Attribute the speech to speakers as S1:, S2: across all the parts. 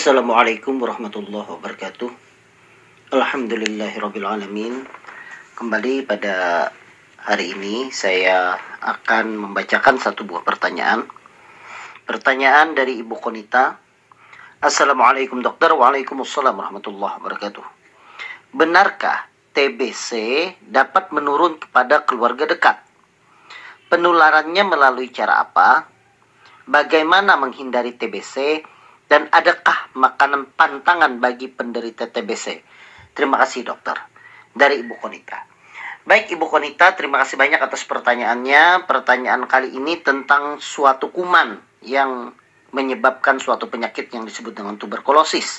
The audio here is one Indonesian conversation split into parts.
S1: Assalamualaikum warahmatullahi wabarakatuh. Alhamdulillahirrabbilalamin. Kembali pada hari ini saya akan membacakan satu buah pertanyaan. Pertanyaan dari Ibu Konita. Assalamualaikum dokter. Waalaikumsalam warahmatullahi wabarakatuh. Benarkah TBC dapat menurun kepada keluarga dekat? Penularannya melalui cara apa? Bagaimana menghindari TBC? Dan adakah makanan pantangan bagi penderita TBC? Terima kasih dokter. Dari Ibu Konita. Baik Ibu Konita, terima kasih banyak atas pertanyaannya. Pertanyaan kali ini tentang suatu kuman yang menyebabkan suatu penyakit yang disebut dengan tuberkulosis.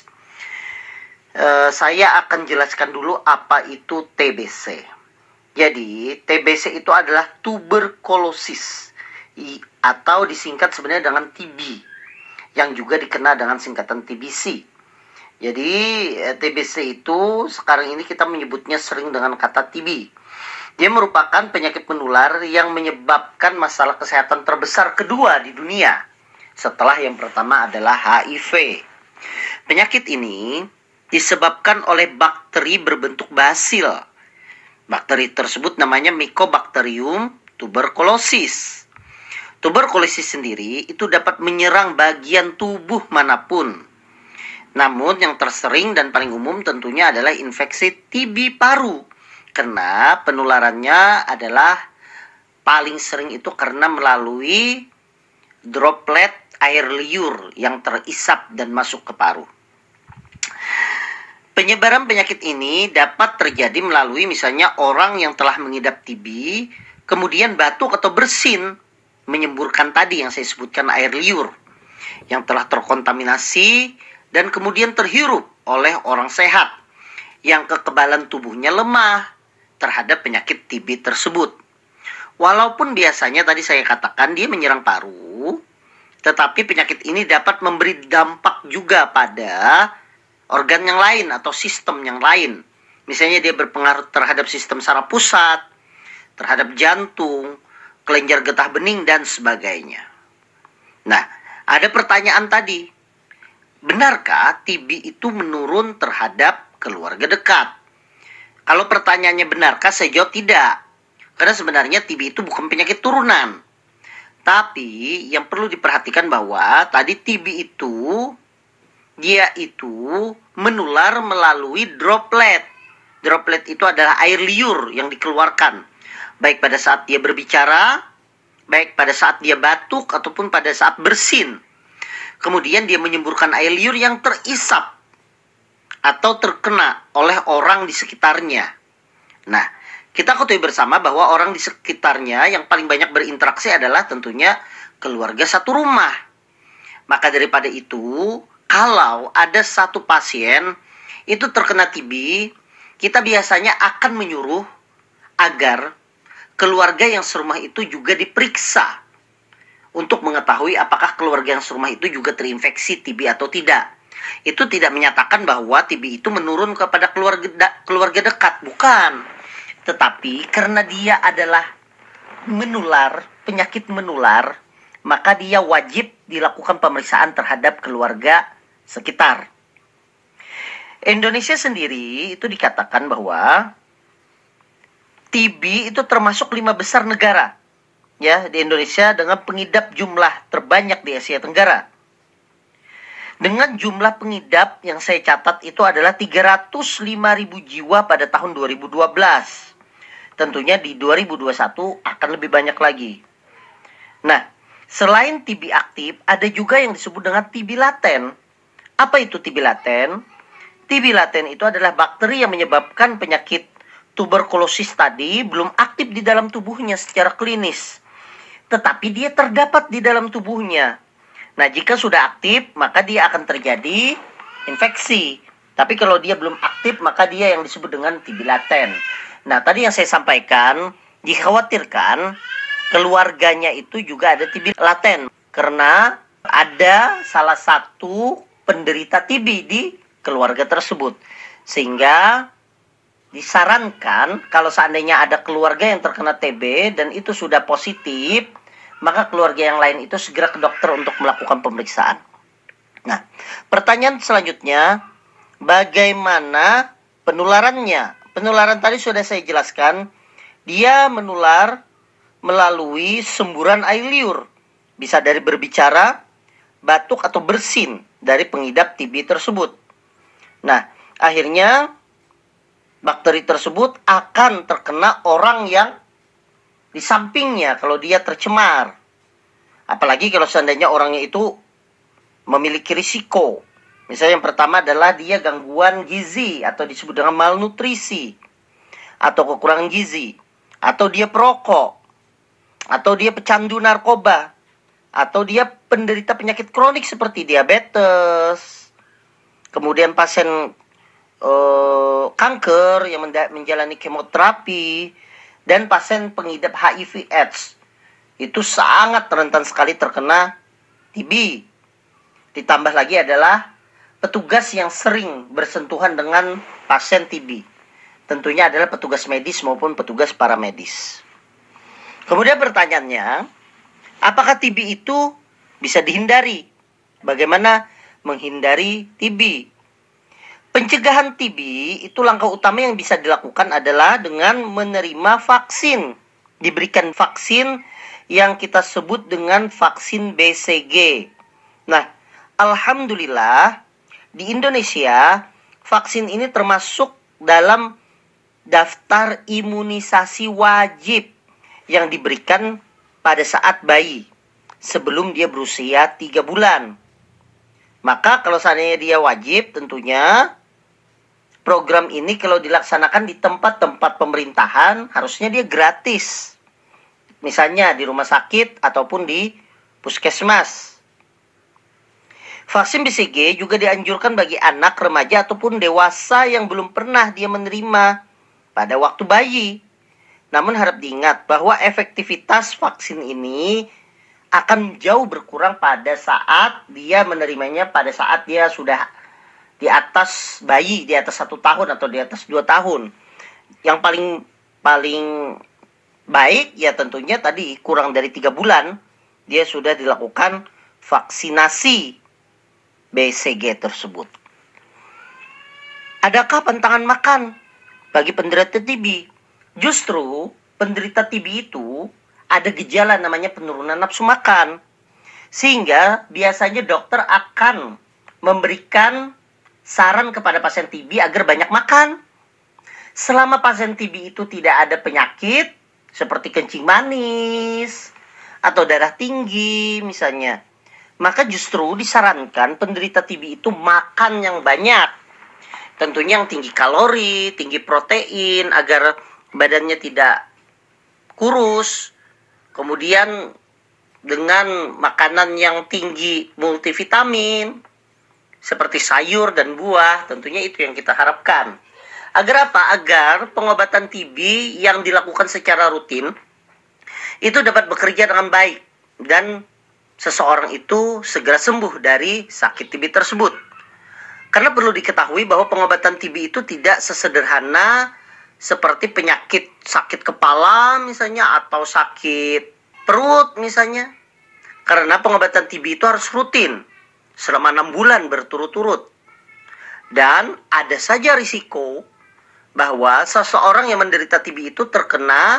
S1: Saya akan jelaskan dulu apa itu TBC. Jadi TBC itu adalah tuberkulosis atau disingkat sebenarnya dengan TB, yang juga dikenal dengan singkatan TBC. Jadi TBC itu sekarang ini kita menyebutnya sering dengan kata TB. Dia merupakan penyakit menular yang menyebabkan masalah kesehatan terbesar kedua di dunia, setelah yang pertama adalah HIV. Penyakit ini disebabkan oleh bakteri berbentuk basil. Bakteri tersebut namanya Mycobacterium tuberculosis. Tuberkulosis sendiri itu dapat menyerang bagian tubuh manapun. Namun yang tersering dan paling umum tentunya adalah infeksi TB paru. Karena penularannya adalah paling sering itu karena melalui droplet air liur yang terisap dan masuk ke paru. Penyebaran penyakit ini dapat terjadi melalui misalnya orang yang telah mengidap TB, kemudian batuk atau bersin, menyemburkan tadi yang saya sebutkan air liur yang telah terkontaminasi dan kemudian terhirup oleh orang sehat yang kekebalan tubuhnya lemah terhadap penyakit TB tersebut. Walaupun biasanya tadi saya katakan dia menyerang paru, tetapi penyakit ini dapat memberi dampak juga pada organ yang lain atau sistem yang lain. Misalnya dia berpengaruh terhadap sistem saraf pusat, terhadap jantung, kelenjar getah bening, dan sebagainya. Nah, ada pertanyaan tadi. Benarkah TB itu menurun terhadap keluarga dekat? Kalau pertanyaannya benarkah, saya jawab tidak. Karena sebenarnya TB itu bukan penyakit turunan. Tapi yang perlu diperhatikan bahwa tadi TB itu, dia itu menular melalui droplet. Droplet itu adalah air liur yang dikeluarkan. Baik pada saat dia berbicara, baik pada saat dia batuk, ataupun pada saat bersin. Kemudian dia menyemburkan air liur yang terisap atau terkena oleh orang di sekitarnya. Nah, kita ketahui bersama bahwa orang di sekitarnya yang paling banyak berinteraksi adalah tentunya keluarga satu rumah. Maka daripada itu, kalau ada satu pasien itu terkena TB, kita biasanya akan menyuruh agar keluarga yang serumah itu juga diperiksa untuk mengetahui apakah keluarga yang serumah itu juga terinfeksi TB atau tidak. Itu tidak menyatakan bahwa TB itu menurun kepada keluarga dekat, bukan. Tetapi karena dia adalah menular, penyakit menular, maka dia wajib dilakukan pemeriksaan terhadap keluarga sekitar. Indonesia sendiri itu dikatakan bahwa TB itu termasuk 5 besar negara ya di Indonesia dengan pengidap jumlah terbanyak di Asia Tenggara. Dengan jumlah pengidap yang saya catat itu adalah 305.000 jiwa pada tahun 2012. Tentunya di 2021 akan lebih banyak lagi. Nah, selain TB aktif, ada juga yang disebut dengan TB laten. Apa itu TB laten? TB laten itu adalah bakteri yang menyebabkan penyakit tuberkulosis tadi belum aktif di dalam tubuhnya secara klinis, tetapi dia terdapat di dalam tubuhnya. Nah, jika sudah aktif, maka dia akan terjadi infeksi. Tapi kalau dia belum aktif, maka dia yang disebut dengan TB laten. Nah, tadi yang saya sampaikan, dikhawatirkan keluarganya itu juga ada TB laten, karena ada salah satu penderita TB di keluarga tersebut. Sehingga disarankan kalau seandainya ada keluarga yang terkena TB dan itu sudah positif, maka keluarga yang lain itu segera ke dokter untuk melakukan pemeriksaan. Nah, pertanyaan selanjutnya, bagaimana penularannya? Penularan tadi sudah saya jelaskan, dia menular melalui semburan air liur. Bisa dari berbicara, batuk atau bersin dari pengidap TB tersebut. Nah, akhirnya bakteri tersebut akan terkena orang yang di sampingnya kalau dia tercemar. Apalagi kalau seandainya orangnya itu memiliki risiko. Misalnya yang pertama adalah dia gangguan gizi atau disebut dengan malnutrisi atau kekurangan gizi, atau dia perokok, atau dia pecandu narkoba, atau dia penderita penyakit kronik seperti diabetes, kemudian pasien kanker yang menjalani kemoterapi, dan pasien pengidap HIV/AIDS. Itu sangat rentan sekali terkena TB. Ditambah lagi adalah petugas yang sering bersentuhan dengan pasien TB. Tentunya adalah petugas medis maupun petugas paramedis. Kemudian pertanyaannya, apakah TB itu bisa dihindari? Bagaimana menghindari TB? Pencegahan TB itu langkah utama yang bisa dilakukan adalah dengan menerima vaksin. Diberikan vaksin yang kita sebut dengan vaksin BCG. Nah, alhamdulillah di Indonesia vaksin ini termasuk dalam daftar imunisasi wajib yang diberikan pada saat bayi sebelum dia berusia 3 bulan. Maka kalau seandainya dia wajib, tentunya program ini kalau dilaksanakan di tempat-tempat pemerintahan harusnya dia gratis. Misalnya di rumah sakit ataupun di puskesmas. Vaksin BCG juga dianjurkan bagi anak, remaja ataupun dewasa yang belum pernah dia menerima pada waktu bayi. Namun harap diingat bahwa efektivitas vaksin ini akan jauh berkurang pada saat dia menerimanya, pada saat dia sudah di atas bayi, di atas 1 tahun atau di atas 2 tahun. Yang paling baik ya tentunya tadi kurang dari 3 bulan dia sudah dilakukan vaksinasi BCG tersebut. Adakah pantangan makan bagi penderita TB? Justru penderita TB itu ada gejala namanya penurunan nafsu makan. Sehingga biasanya dokter akan memberikan saran kepada pasien TB agar banyak makan. Selama pasien TB itu tidak ada penyakit seperti kencing manis atau darah tinggi misalnya, maka justru disarankan penderita TB itu makan yang banyak. Tentunya yang tinggi kalori, tinggi protein agar badannya tidak kurus. Kemudian dengan makanan yang tinggi multivitamin seperti sayur dan buah, tentunya itu yang kita harapkan. Agar apa? Agar pengobatan TB yang dilakukan secara rutin itu dapat bekerja dengan baik dan seseorang itu segera sembuh dari sakit TB tersebut. Karena perlu diketahui bahwa pengobatan TB itu tidak sesederhana seperti penyakit sakit kepala misalnya atau sakit perut misalnya. Karena pengobatan TB itu harus rutin selama 6 bulan berturut-turut. Dan ada saja risiko bahwa seseorang yang menderita TB itu terkena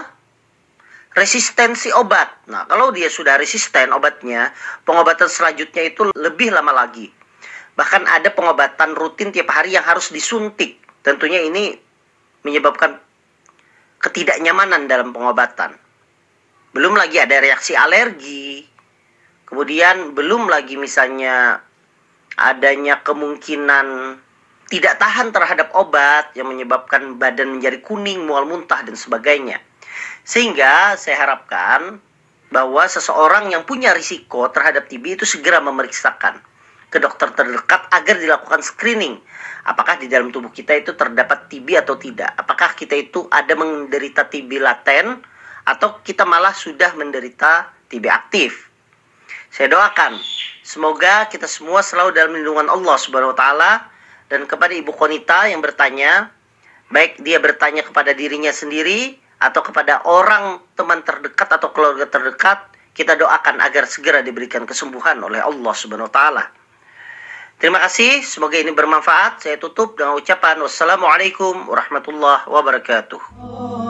S1: resistensi obat. Nah, kalau dia sudah resisten obatnya, pengobatan selanjutnya itu lebih lama lagi. Bahkan ada pengobatan rutin tiap hari yang harus disuntik. Tentunya ini menyebabkan ketidaknyamanan dalam pengobatan. Belum lagi ada reaksi alergi. Kemudian belum lagi misalnya adanya kemungkinan tidak tahan terhadap obat yang menyebabkan badan menjadi kuning, mual muntah, dan sebagainya. Sehingga saya harapkan bahwa seseorang yang punya risiko terhadap TB itu segera memeriksakan ke dokter terdekat agar dilakukan screening. Apakah di dalam tubuh kita itu terdapat TB atau tidak? Apakah kita itu ada menderita TB laten atau kita malah sudah menderita TB aktif? Saya doakan semoga kita semua selalu dalam lindungan Allah Subhanahu wa taala. Dan kepada Ibu Konita yang bertanya, baik dia bertanya kepada dirinya sendiri atau kepada orang teman terdekat atau keluarga terdekat, kita doakan agar segera diberikan kesembuhan oleh Allah Subhanahu wa taala. Terima kasih, semoga ini bermanfaat. Saya tutup dengan ucapan wassalamualaikum warahmatullahi wabarakatuh.